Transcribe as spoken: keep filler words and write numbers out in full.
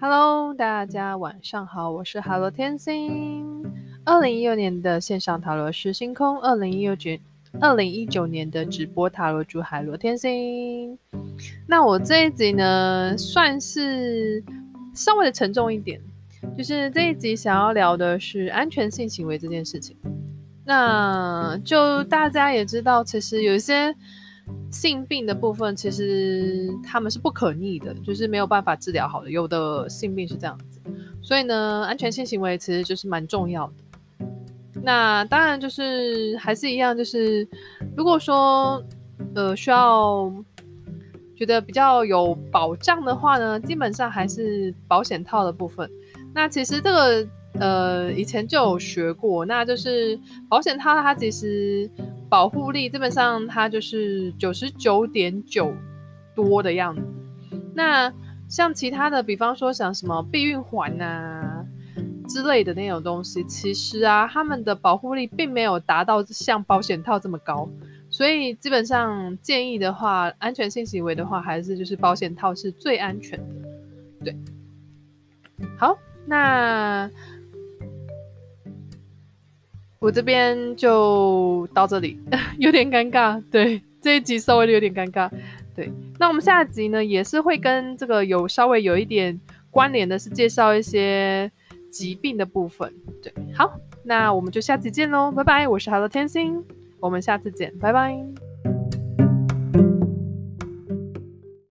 Hello，大家晚上好，我是海螺天星。二零一六年的线上塔罗师星空，二零一九二零一九年的直播塔罗主海螺天星。那我这一集呢，算是稍微的沉重一点，就是这一集想要聊的是安全性行为这件事情。那就大家也知道，其实有一些性病的部分，其实他们是不可逆的，就是没有办法治疗好的。有的性病是这样子，所以呢，安全性行为其实就是蛮重要的。那当然就是还是一样，就是如果说呃需要觉得比较有保障的话呢，基本上还是保险套的部分。那其实这个呃以前就有学过，那就是保险套它其实保护力基本上它就是九十九点九多的样子。那像其他的，比方说像什么避孕环啊之类的那种东西，其实啊，他们的保护力并没有达到像保险套这么高，所以基本上建议的话，安全性行为的话，还是就是保险套是最安全的。对，好，那我这边就到这里，有点尴尬，对，这一集稍微有点尴尬，对，那我们下集呢也是会跟这个有稍微有一点关联的，是介绍一些疾病的部分，对，好，那我们就下集见喽，拜拜，我是 Hello 天星，我们下次见，拜拜。